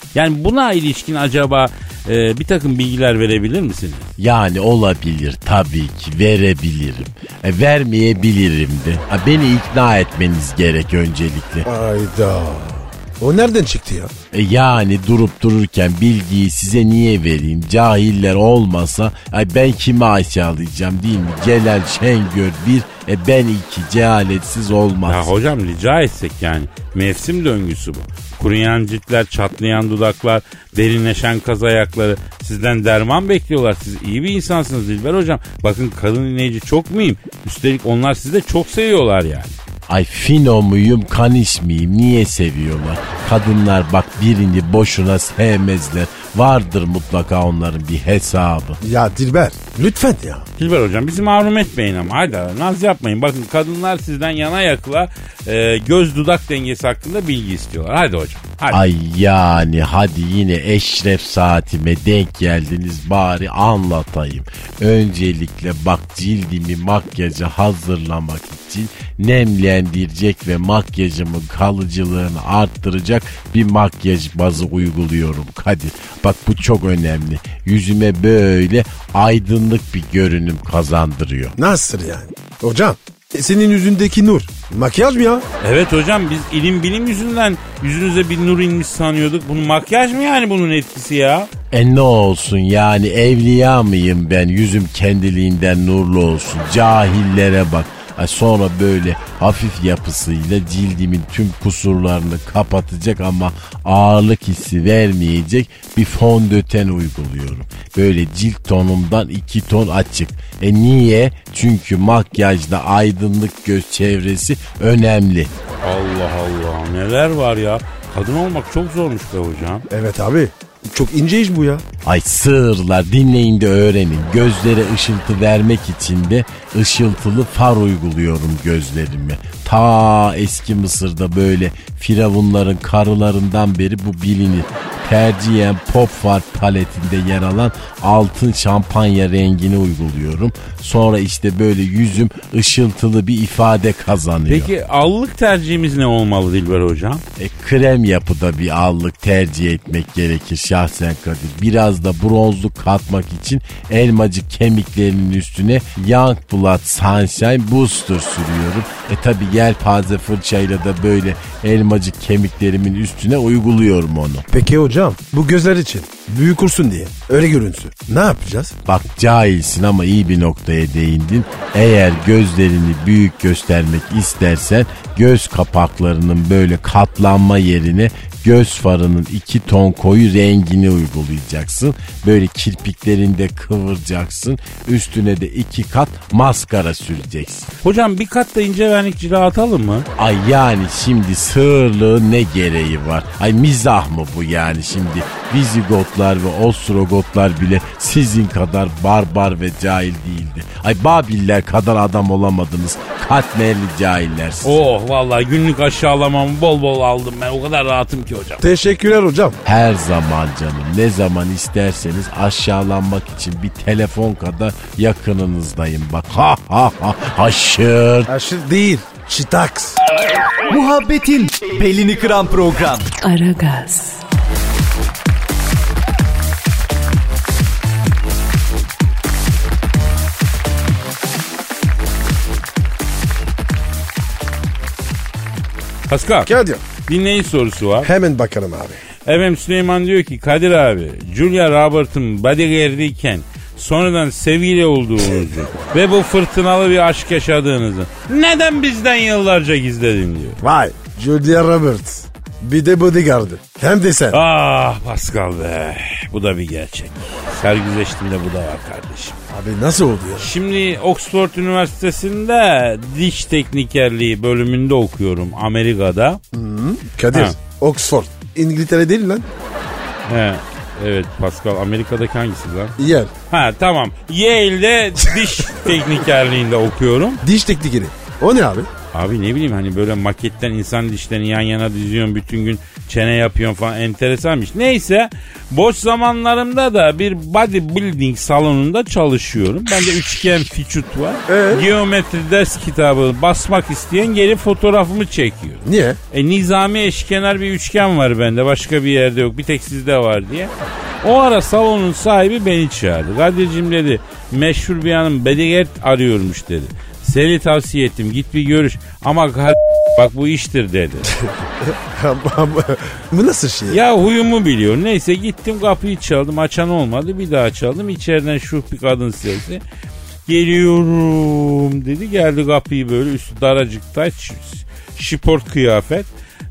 Speaker 4: Yani buna ilişkin acaba e, bir takım bilgiler verebilir misiniz?
Speaker 5: Yani olabilir tabii ki, verebilirim. E, vermeyebilirim de. E, beni ikna etmeniz gerek öncelikle.
Speaker 3: Ayda. O nereden çıktı ya?
Speaker 5: E, yani durup dururken bilgiyi size niye vereyim? Cahiller olmasa ay ben kimi aşağılayacağım değil mi? Celal Şengör bir, e ben iki, cehaletsiz olmaz.
Speaker 4: Ya hocam rica etsek yani. Mevsim döngüsü bu. Kuruyan ciltler, çatlayan dudaklar, derinleşen kaz ayakları. Sizden derman bekliyorlar. Siz iyi bir insansınız Dilber hocam. Bakın kadın dinleyici çok mühim. Üstelik onlar sizi de çok seviyorlar yani.
Speaker 5: Ay fino muyum, kanis miyim? Niye seviyorlar? Kadınlar bak birini boşuna sevmezler. Vardır mutlaka onların bir hesabı.
Speaker 3: Ya Dilber lütfen ya.
Speaker 4: Dilber hocam bizi mahrum etmeyin ama hadi naz yapmayın. Bakın kadınlar sizden yana yakıla e, göz dudak dengesi hakkında bilgi istiyorlar. Hadi hocam hadi.
Speaker 5: Ay yani hadi yine eşref saatime denk geldiniz, bari anlatayım. Öncelikle bak cildimi makyaja hazırlamak için nemlendirecek ve makyajımın kalıcılığını arttıracak bir makyaj bazı uyguluyorum Kadir. Bak bu çok önemli. Yüzüme böyle aydınlık bir görünüm kazandırıyor.
Speaker 3: Nasıl yani? Hocam senin yüzündeki nur makyaj mı ya?
Speaker 4: Evet hocam biz ilim bilim yüzünden yüzünüze bir nur inmiş sanıyorduk. Bunun makyaj mı yani bunun etkisi ya?
Speaker 5: E ne olsun yani, evliya mıyım ben, yüzüm kendiliğinden nurlu olsun. Cahillere bak. Sonra böyle hafif yapısıyla cildimin tüm kusurlarını kapatacak ama ağırlık hissi vermeyecek bir fondöten uyguluyorum. Böyle cilt tonumdan iki ton açık. E niye? Çünkü makyajda aydınlık göz çevresi önemli.
Speaker 4: Allah Allah neler var ya. Kadın olmak çok zormuş be hocam.
Speaker 3: Evet abi. Çok ince iş bu ya.
Speaker 5: Ay sığırlar, dinleyin de öğrenin. Gözlere ışıltı vermek için de ışıltılı far uyguluyorum gözlerime. Ta eski Mısır'da böyle firavunların karılarından beri bu bilinir. Tercihen pop far paletinde yer alan altın şampanya rengini uyguluyorum. Sonra işte böyle yüzüm ışıltılı bir ifade kazanıyor.
Speaker 4: Peki allık tercihimiz ne olmalı Dilber hocam?
Speaker 5: E, krem yapıda bir allık tercih etmek gerekir şahsen Kadir. Biraz da bronzluk katmak için elmacık kemiklerinin üstüne Young Blood Sunshine Booster sürüyorum. E tabi yelpaze fırçayla da böyle elmacık kemiklerimin üstüne uyguluyorum onu.
Speaker 3: Peki hocam bu gözler için büyük olsun diye öyle görünsün. Ne yapacağız?
Speaker 5: Bak cahilsin ama iyi bir noktaya değindin. Eğer gözlerini büyük göstermek istersen göz kapaklarının böyle katlanma yerine göz farının iki ton koyu rengini uygulayacaksın. Böyle kirpiklerinde kıvıracaksın. Üstüne de iki kat maskara süreceksin.
Speaker 4: Hocam bir kat da ince vernik cila atalım mı?
Speaker 5: Ay yani şimdi sığırlığın ne gereği var? Ay mizah mı bu yani şimdi? Vizigotlar ve Ostrogotlar bile sizin kadar barbar ve cahil değildi. Ay Babiller kadar adam olamadınız. Katmerli cahillersiniz.
Speaker 4: Oh vallahi günlük aşağılamamı bol bol aldım ben. O kadar rahatım ki hocam.
Speaker 3: Teşekkürler hocam.
Speaker 5: Her zaman canım, ne zaman isterseniz aşağılanmak için bir telefon kadar yakınınızdayım bak. Ha ha ha haşır.
Speaker 3: Aşır değil. Şitaks.
Speaker 6: Muhabbetin belini kıran program.
Speaker 1: Aragaz.
Speaker 4: Pascal,
Speaker 3: Kadir.
Speaker 4: dinleyici sorusu var.
Speaker 3: Hemen bakalım abi.
Speaker 4: Efendim Süleyman diyor ki Kadir abi, Julia Roberts'ın bodyguard'iyken sonradan sevgili olduğunuzu ve bu fırtınalı bir aşk yaşadığınızı neden bizden yıllarca gizledin diyor.
Speaker 3: Vay. Julia Roberts. Bir de bodyguard'ı. Hem de sen.
Speaker 4: Ah Pascal be, bu da bir gerçek. Sergüzeştimde bu da var kardeşim.
Speaker 3: Abi nasıl oldu ya?
Speaker 4: Şimdi Oxford Üniversitesi'nde diş teknikerliği bölümünde okuyorum Amerika'da.
Speaker 3: Hı-hı. Kadir.
Speaker 4: Ha.
Speaker 3: Oxford. İngiltere değil lan.
Speaker 4: He, evet Pascal, Amerika'daki hangisi lan?
Speaker 3: Yer.
Speaker 4: Ha tamam. Yale'de diş teknikerliğinde okuyorum.
Speaker 3: Diş teknikeri. O ne abi?
Speaker 4: Abi ne bileyim hani böyle maketten insan dişlerini yan yana diziyorsun, bütün gün çene yapıyorsun falan, enteresanmış. Neyse, boş zamanlarımda da bir bodybuilding salonunda çalışıyorum. Bende üçgen fiçut var.
Speaker 3: Ee?
Speaker 4: Geometri ders kitabı basmak isteyen gelip fotoğrafımı çekiyor.
Speaker 3: Niye?
Speaker 4: E, nizami eşkenar bir üçgen var bende, başka bir yerde yok, bir tek sizde var diye. O ara salonun sahibi beni çağırdı. Kadir'cim dedi, meşhur bir hanım bodyguard arıyormuş dedi. Seni tavsiye ettim, git bir görüş ama bak bu iştir dedi.
Speaker 3: Bu nasıl şey?
Speaker 4: Ya huyumu biliyor. Neyse gittim, kapıyı çaldım, açan olmadı, bir daha çaldım. İçeriden şuh bir kadın sesi. Geliyorum dedi, geldi, kapıyı böyle üstü daracık taç, şiport kıyafet.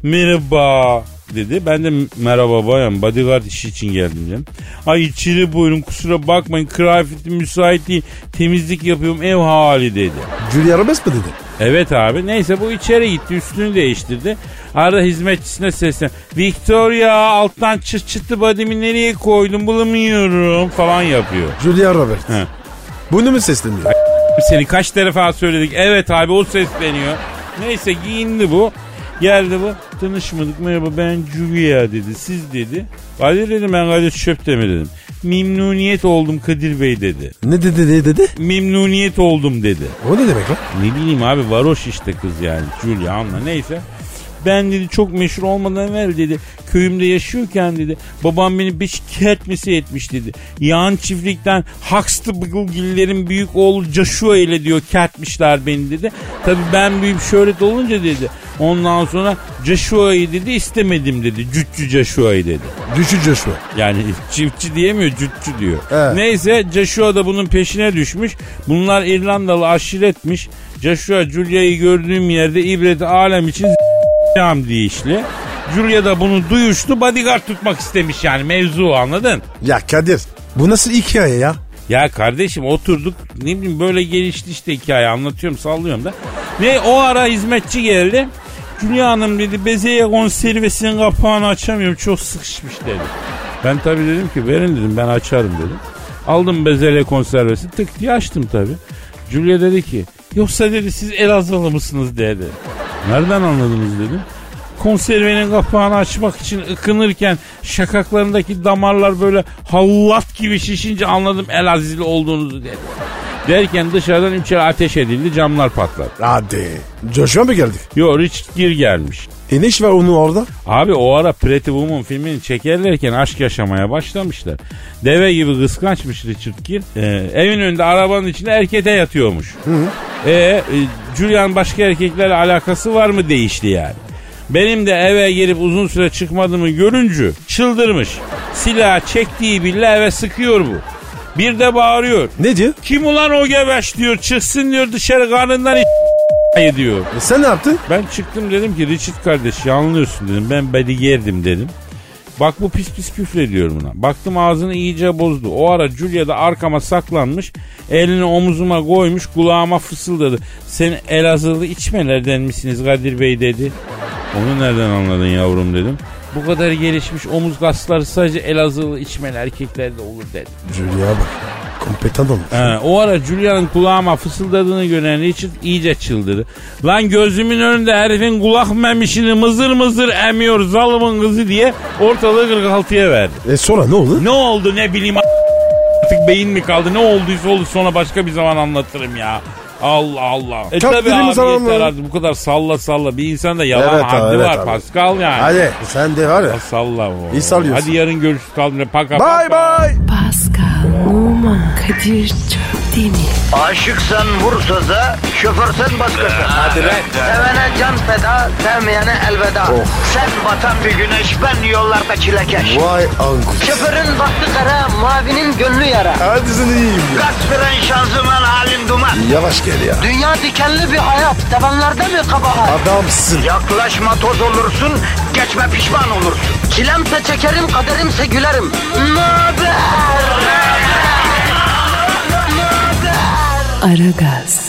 Speaker 4: Merhaba dedi. Ben de merhaba bayan, bodyguard işi için geldim dedim. Ay içeri buyurun, kusura bakmayın, kıyafetim müsait değil, temizlik yapıyorum, ev hali dedi.
Speaker 3: Julia Roberts mi dedi?
Speaker 4: Evet abi, neyse bu içeri gitti, üstünü değiştirdi. Arada hizmetçisine seslen. Victoria, alttan çıt çıtı body'mi nereye koydum bulamıyorum falan yapıyor.
Speaker 3: Julia Roberts.
Speaker 4: He.
Speaker 3: Bunu mu sesleniyor?
Speaker 4: Seni kaç defa söyledik. Evet abi, o sesleniyor. Neyse giyindi bu. Geldi bu. Tanışmadık, merhaba ben Julia dedi. Siz dedi. Kadir dedim, ben Kadir Çöptemir dedim. Memnuniyet oldum Kadir Bey dedi.
Speaker 3: Ne dedi ne dedi?
Speaker 4: Memnuniyet oldum dedi.
Speaker 3: O ne demek lan?
Speaker 4: Ne bileyim abi, varoş işte kız yani. Julia anla, neyse. Ben dedi çok meşhur olmadan evvel dedi, köyümde yaşıyorken dedi, babam beni beş kertmesi etmiş dedi. Yağın çiftlikten Huxley Bıgılgillerin büyük oğlu Joshua ile diyor kertmişler beni dedi. Tabii ben büyük şöhret olunca dedi, ondan sonra Joshua'yı dedi istemedim dedi. Cüccü Joshua'yı dedi.
Speaker 3: Cüccü Joshua.
Speaker 4: Yani çiftçi diyemiyor, cüccü diyor.
Speaker 3: Evet.
Speaker 4: Neyse Joshua da bunun peşine düşmüş. Bunlar İrlandalı aşiretmiş. Joshua Julia'yı gördüğüm yerde ibreti alem için diyişli. Julia da bunu duyuştu, bodyguard tutmak istemiş yani, mevzu, anladın?
Speaker 3: Ya Kadir, bu nasıl hikaye ya?
Speaker 4: Ya kardeşim oturduk, ne bileyim böyle gelişti işte hikaye, anlatıyorum sallıyorum da. Ne o ara hizmetçi geldi. Julia Hanım dedi, bezelye konservesinin kapağını açamıyorum, çok sıkışmış dedi. Ben tabii dedim ki verin dedim, ben açarım dedim. Aldım bezelye konservesi, tık diye açtım tabii. Julia dedi ki, yoksa dedi siz Elazığlı mısınız dedi. Nereden anladınız dedim. Konservenin kapağını açmak için ıkınırken şakaklarındaki damarlar böyle hallat gibi şişince anladım Elazığlı olduğunuzu dedi. Derken dışarıdan içeri ateş edildi, camlar patladı.
Speaker 3: Hadi. Joshua mı geldi?
Speaker 4: Yo, Richard Gere gelmiş.
Speaker 3: E ne iş var onun orada?
Speaker 4: Abi o ara Pretty Woman filmini çekerlerken aşk yaşamaya başlamışlar. Deve gibi kıskançmış Richard Gere. Ee, evin önünde arabanın içinde erkete yatıyormuş. Hı hı. Ee, e, Julia'nın başka erkeklerle alakası var mı değişti yani. Benim de eve girip uzun süre çıkmadığımı görünce çıldırmış. Silah çektiği bile eve sıkıyor bu. Bir de bağırıyor.
Speaker 3: Ne diyor?
Speaker 4: Kim ulan o gebeş diyor, çıksın diyor dışarı, karnından diyor.
Speaker 3: E sen ne yaptın?
Speaker 4: Ben çıktım, dedim ki Richard kardeş yanılıyorsun dedim, ben bodyguard'im dedim. Bak bu pis pis küfrediyor buna. Baktım ağzını iyice bozdu. O ara Julia da arkama saklanmış, elini omuzuma koymuş, kulağıma fısıldadı. Sen Elazığlı içmelerden misiniz Kadir Bey dedi. Onu nereden anladın yavrum dedim. Bu kadar gelişmiş omuz kasları sadece Elazığlı içmeli erkeklerde olur dedi.
Speaker 3: Julia bak. Kompetan olmuş.
Speaker 4: He, o ara Julia'nın kulağıma fısıldadığını gören Richard iyice çıldırdı. Lan gözümün önünde herifin kulak memişini mızır mızır emiyor zalımın kızı diye ortalığı kırk altıya verdi.
Speaker 3: E sonra ne oldu?
Speaker 4: Ne oldu ne bileyim artık beyin mi kaldı, ne olduysa oldu, sonra başka bir zaman anlatırım ya. Allah Allah. E tabi abi yeter artık, bu kadar salla salla. Bir insanda yalan
Speaker 3: evet,
Speaker 4: haddi
Speaker 3: evet,
Speaker 4: var
Speaker 3: abi.
Speaker 4: Pascal yani.
Speaker 3: Hadi sen de var ya.
Speaker 4: Salla o.
Speaker 3: İyi sallıyorsun.
Speaker 4: Hadi yarın görüşürüz. Kalbine paka
Speaker 3: bye
Speaker 4: paka.
Speaker 3: bye.
Speaker 1: Pascal, Oman, Kadir çok değil mi?
Speaker 2: Aşıksan vursa da, şoförsen başkasın.
Speaker 6: Hadi lan.
Speaker 2: Sevene can feda, sevmeyene elveda.
Speaker 3: Oh.
Speaker 2: Sen batan bir güneş, ben yollarda çilekeş.
Speaker 3: Vay anku.
Speaker 2: Şoförün baktı kara, mavinin gönlü yara.
Speaker 3: Hadi sen iyiyim ya.
Speaker 2: Kasperen şanzıman halin duman.
Speaker 3: Yavaş gel ya.
Speaker 2: Dünya dikenli bir hayat, sevenlerde mi kabahar?
Speaker 3: Adamsın.
Speaker 2: Yaklaşma toz olursun, geçme pişman olursun. Çilemse çekerim, kaderimse gülerim. Möber!
Speaker 1: Aragaz.